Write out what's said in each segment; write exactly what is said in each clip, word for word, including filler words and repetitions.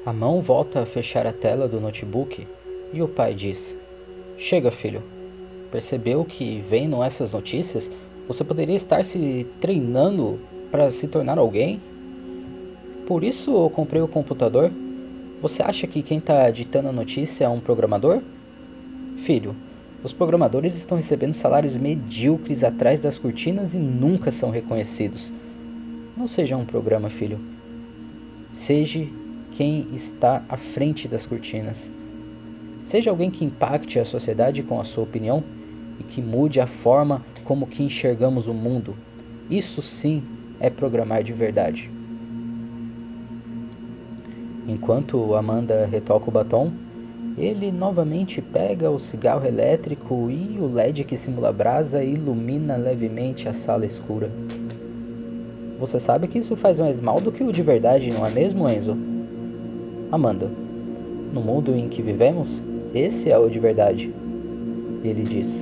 A mão volta a fechar a tela do notebook e o pai diz: Chega, filho. Percebeu que, vendo essas notícias, você poderia estar se treinando para se tornar alguém? Por isso eu comprei o computador. Você acha que quem está ditando a notícia é um programador? Filho, os programadores estão recebendo salários medíocres atrás das cortinas e nunca são reconhecidos. Não seja um programa, filho. Seja quem está à frente das cortinas. Seja alguém que impacte a sociedade com a sua opinião e que mude a forma como que enxergamos o mundo. Isso sim é programar de verdade. Enquanto Amanda retoca o batom, ele novamente pega o cigarro elétrico e o L E D que simula brasa ilumina levemente a sala escura. Você sabe que isso faz mais mal do que o de verdade, não é mesmo, Enzo? Amanda, no mundo em que vivemos, esse é o de verdade, ele diz.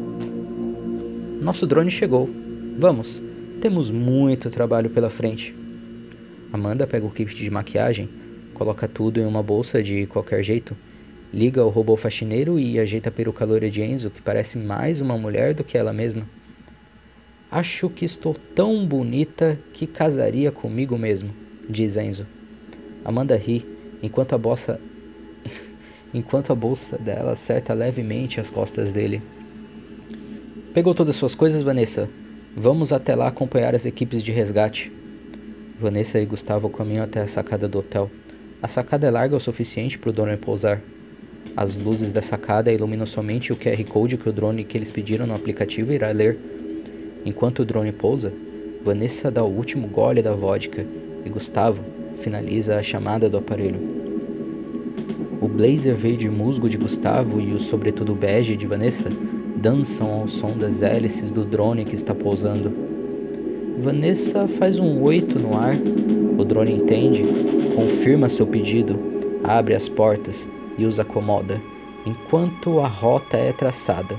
Nosso drone chegou. Vamos, temos muito trabalho pela frente. Amanda pega o kit de maquiagem, coloca tudo em uma bolsa de qualquer jeito, liga o robô faxineiro e ajeita a peruca loira de Enzo, que parece mais uma mulher do que ela mesma. Acho que estou tão bonita que casaria comigo mesmo, diz Enzo. Amanda ri, enquanto a bolsa, enquanto a bolsa dela acerta levemente as costas dele. Pegou todas suas coisas, Vanessa? Vamos até lá acompanhar as equipes de resgate. Vanessa e Gustavo caminham até a sacada do hotel. A sacada é larga o suficiente para o drone pousar. As luzes da sacada iluminam somente o Q R Code que o drone que eles pediram no aplicativo irá ler. Enquanto o drone pousa, Vanessa dá o último gole da vodka e Gustavo finaliza a chamada do aparelho. O blazer verde musgo de Gustavo e o sobretudo bege de Vanessa dançam ao som das hélices do drone que está pousando. Vanessa faz um oito no ar, o drone entende, confirma seu pedido, abre as portas e os acomoda, enquanto a rota é traçada.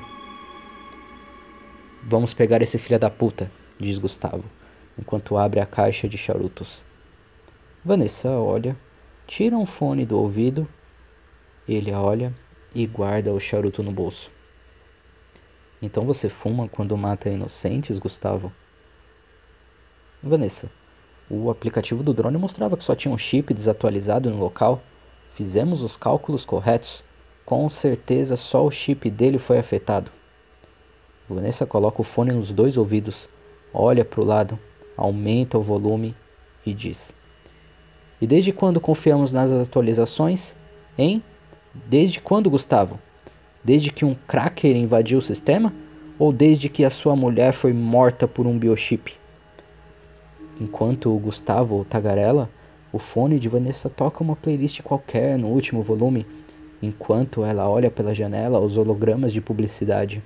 Vamos pegar esse filho da puta, diz Gustavo, enquanto abre a caixa de charutos. Vanessa olha, tira um fone do ouvido, ele olha e guarda o charuto no bolso. Então você fuma quando mata inocentes, Gustavo? Vanessa, o aplicativo do drone mostrava que só tinha um chip desatualizado no local. Fizemos os cálculos corretos. Com certeza só o chip dele foi afetado. Vanessa coloca o fone nos dois ouvidos, olha para o lado, aumenta o volume e diz: E desde quando confiamos nas atualizações? Hein? Desde quando, Gustavo? Desde que um cracker invadiu o sistema? Ou desde que a sua mulher foi morta por um biochip? Enquanto o Gustavo tagarela, o fone de Vanessa toca uma playlist qualquer no último volume, enquanto ela olha pela janela aos hologramas de publicidade.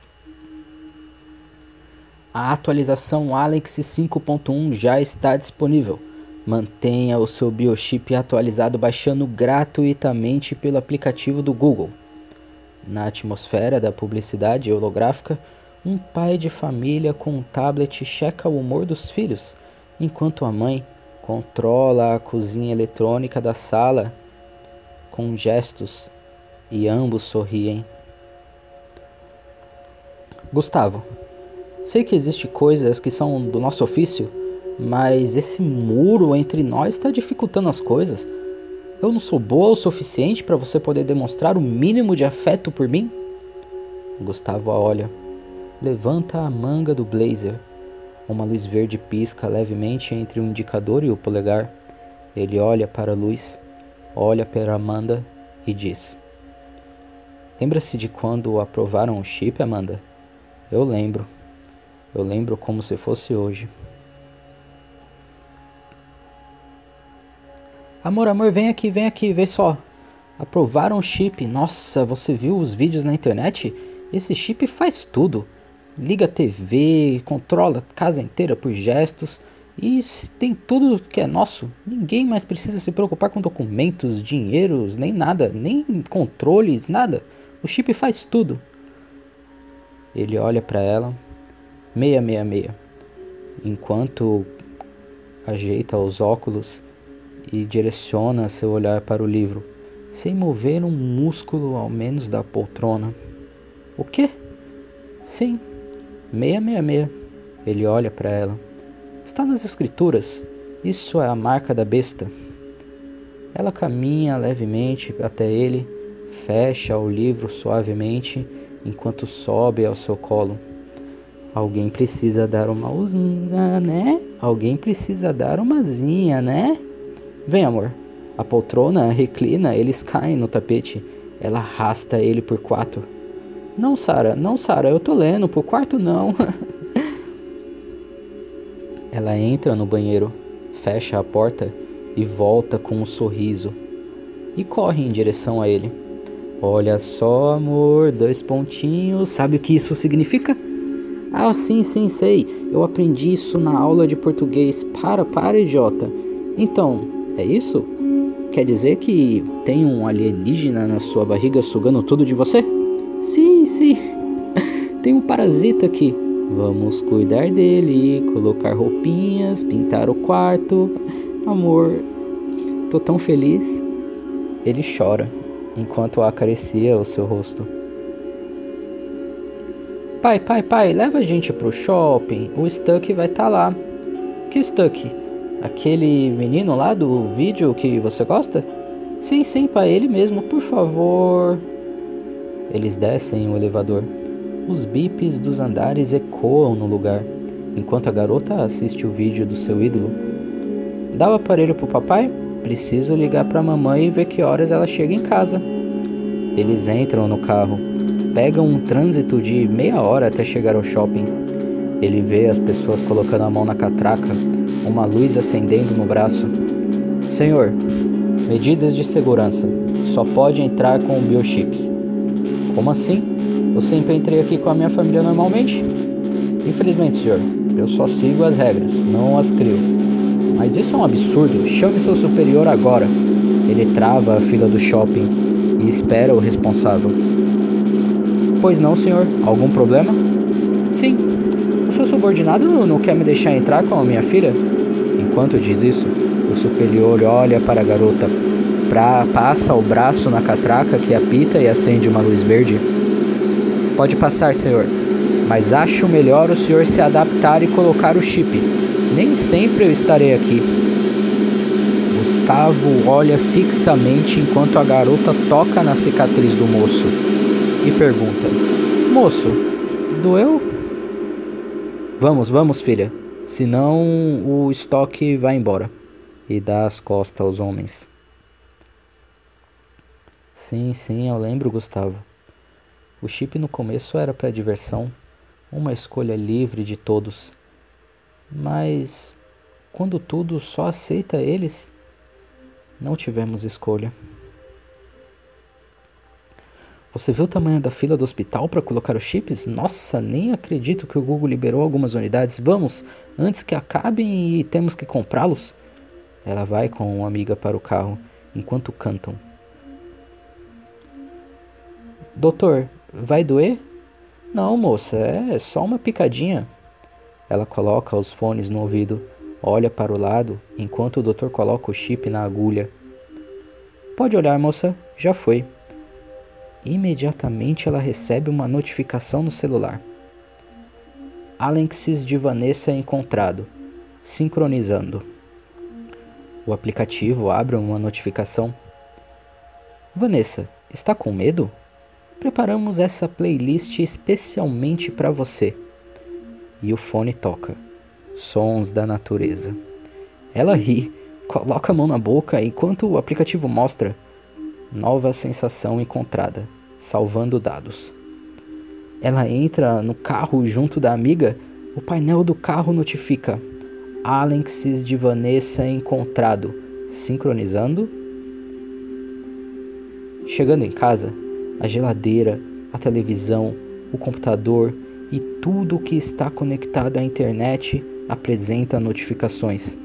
A atualização Alex cinco ponto um já está disponível. Mantenha o seu biochip atualizado baixando gratuitamente pelo aplicativo do Google. Na atmosfera da publicidade holográfica, um pai de família com um tablet checa o humor dos filhos, enquanto a mãe controla a cozinha eletrônica da sala com gestos e ambos sorriem. Gustavo, sei que existem coisas que são do nosso ofício, mas esse muro entre nós está dificultando as coisas. Eu não sou boa o suficiente para você poder demonstrar o mínimo de afeto por mim? Gustavo a olha. Levanta a manga do blazer. Uma luz verde pisca levemente entre o indicador e o polegar. Ele olha para a luz, olha para Amanda e diz: Lembra-se de quando aprovaram o chip, Amanda? Eu lembro. Eu lembro como se fosse hoje. Amor, amor, vem aqui, vem aqui, vê só. Aprovaram o chip. Nossa, você viu os vídeos na internet? Esse chip faz tudo. Liga a T V, controla a casa inteira por gestos. E tem tudo que é nosso. Ninguém mais precisa se preocupar com documentos, dinheiros, nem nada. Nem controles, nada. O chip faz tudo. Ele olha para ela. Meia, meia, meia. Enquanto ajeita os óculos e direciona seu olhar para o livro, sem mover um músculo ao menos da poltrona. O quê? Sim, seiscentos e sessenta e seis. Ele olha para ela. Está nas escrituras. Isso é a marca da besta. Ela caminha levemente até ele, fecha o livro suavemente, enquanto sobe ao seu colo. Alguém precisa dar uma usinha, né? Alguém precisa dar umazinha, né? Vem, amor. A poltrona reclina, eles caem no tapete. Ela arrasta ele por quatro. Não, Sarah, não, Sarah, eu tô lendo, por quarto não. Ela entra no banheiro, fecha a porta e volta com um sorriso. E corre em direção a ele. Olha só, amor, dois pontinhos. Sabe o que isso significa? Ah, sim, sim, sei. Eu aprendi isso na aula de português. Para, para, idiota. Então, é isso? Quer dizer que tem um alienígena na sua barriga sugando tudo de você? Sim, sim. Tem um parasita aqui. Vamos cuidar dele, colocar roupinhas, pintar o quarto. Amor, tô tão feliz. Ele chora, enquanto acaricia o seu rosto. Pai, pai, pai, leva a gente pro shopping. O Stuck vai estar tá lá. Que Stuck? Aquele menino lá do vídeo que você gosta? Sim, sim, pai, ele mesmo, por favor. Eles descem o elevador. Os bips dos andares ecoam no lugar, enquanto a garota assiste o vídeo do seu ídolo. Dá o aparelho pro papai? Preciso ligar pra mamãe e ver que horas ela chega em casa. Eles entram no carro. Pegam um trânsito de meia hora até chegar ao shopping. Ele vê as pessoas colocando a mão na catraca, uma luz acendendo no braço. Senhor, medidas de segurança. Só pode entrar com biochips. Como assim? Eu sempre entrei aqui com a minha família normalmente? Infelizmente, senhor. Eu só sigo as regras, não as crio. Mas isso é um absurdo. Chame seu superior agora. Ele trava a fila do shopping e espera o responsável. Pois não, senhor. Algum problema? Sim. O seu subordinado não quer me deixar entrar com a minha filha? Enquanto diz isso, o superior olha para a garota, pra, passa o braço na catraca que apita e acende uma luz verde. Pode passar, senhor. Mas acho melhor o senhor se adaptar e colocar o chip. Nem sempre eu estarei aqui. Gustavo olha fixamente enquanto a garota toca na cicatriz do moço e pergunta: Moço, doeu? Vamos, vamos, filha. Senão o estoque vai embora. E dá as costas aos homens. Sim, sim, eu lembro, Gustavo. O chip no começo era para diversão, uma escolha livre de todos. Mas quando tudo só aceita eles, não tivemos escolha. Você viu o tamanho da fila do hospital para colocar os chips? Nossa, nem acredito que o Google liberou algumas unidades. Vamos, antes que acabem e temos que comprá-los. Ela vai com uma amiga para o carro, enquanto cantam. Doutor, vai doer? Não, moça, é só uma picadinha. Ela coloca os fones no ouvido, olha para o lado, enquanto o doutor coloca o chip na agulha. Pode olhar, moça, já foi. Imediatamente ela recebe uma notificação no celular. Alexis de Vanessa encontrado. Sincronizando. O aplicativo abre uma notificação. Vanessa, está com medo? Preparamos essa playlist especialmente para você. E o fone toca. Sons da natureza. Ela ri, coloca a mão na boca enquanto o aplicativo mostra. Nova sensação encontrada, salvando dados. Ela entra no carro junto da amiga. O painel do carro notifica: Alexis de Vanessa encontrado. Sincronizando. Chegando em casa, a geladeira, a televisão, o computador e tudo que está conectado à internet apresenta notificações.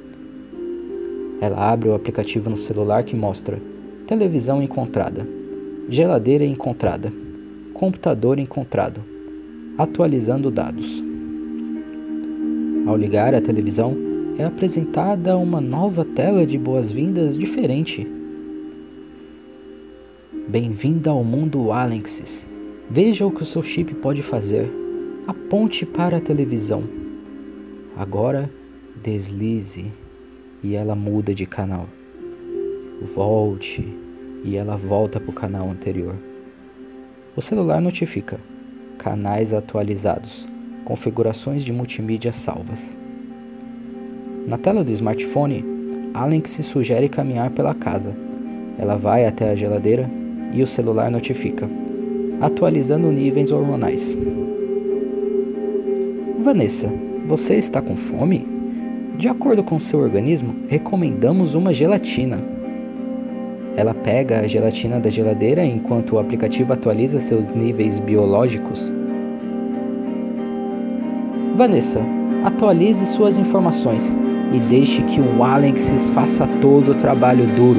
Ela abre o aplicativo no celular que mostra: televisão encontrada, geladeira encontrada, computador encontrado, atualizando dados. Ao ligar a televisão, é apresentada uma nova tela de boas-vindas diferente. Bem-vinda ao mundo Alexis. Veja o que o seu chip pode fazer. Aponte para a televisão. Agora, deslize e ela muda de canal. Volte e ela volta para o canal anterior. O celular notifica. Canais atualizados. Configurações de multimídia salvas. Na tela do smartphone, Alex se sugere caminhar pela casa. Ela vai até a geladeira e o celular notifica, atualizando níveis hormonais. Vanessa, você está com fome? De acordo com seu organismo, recomendamos uma gelatina. Ela pega a gelatina da geladeira enquanto o aplicativo atualiza seus níveis biológicos. Vanessa, atualize suas informações e deixe que o Alex faça todo o trabalho duro.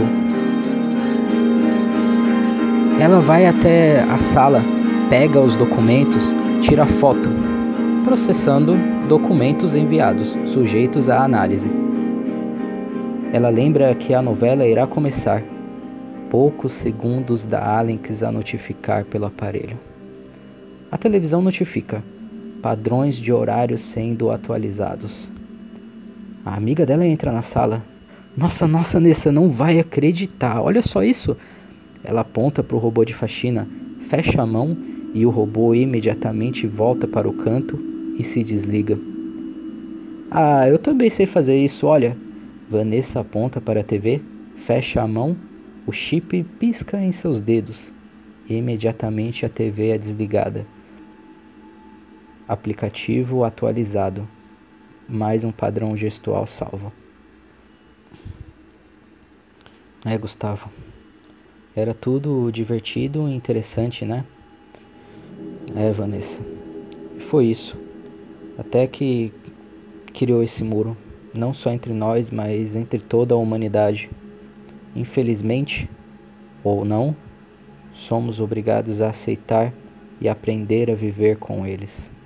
Ela vai até a sala, pega os documentos, tira foto, processando documentos enviados, sujeitos à análise. Ela lembra que a novela irá começar. Poucos segundos da Alex a notificar pelo aparelho. A televisão notifica. Padrões de horário sendo atualizados. A amiga dela entra na sala. Nossa, nossa, Nessa, não vai acreditar. Olha só isso. Ela aponta para o robô de faxina, fecha a mão e o robô imediatamente volta para o canto e se desliga. Ah, eu também sei fazer isso, olha. Vanessa aponta para a T V, fecha a mão, o chip pisca em seus dedos. E imediatamente a T V é desligada. Aplicativo atualizado. Mais um padrão gestual salvo. É, Gustavo. Era tudo divertido e interessante, né? É, Vanessa. Foi isso. Até que criou esse muro. Não só entre nós, mas entre toda a humanidade. Infelizmente, ou não, somos obrigados a aceitar e aprender a viver com eles.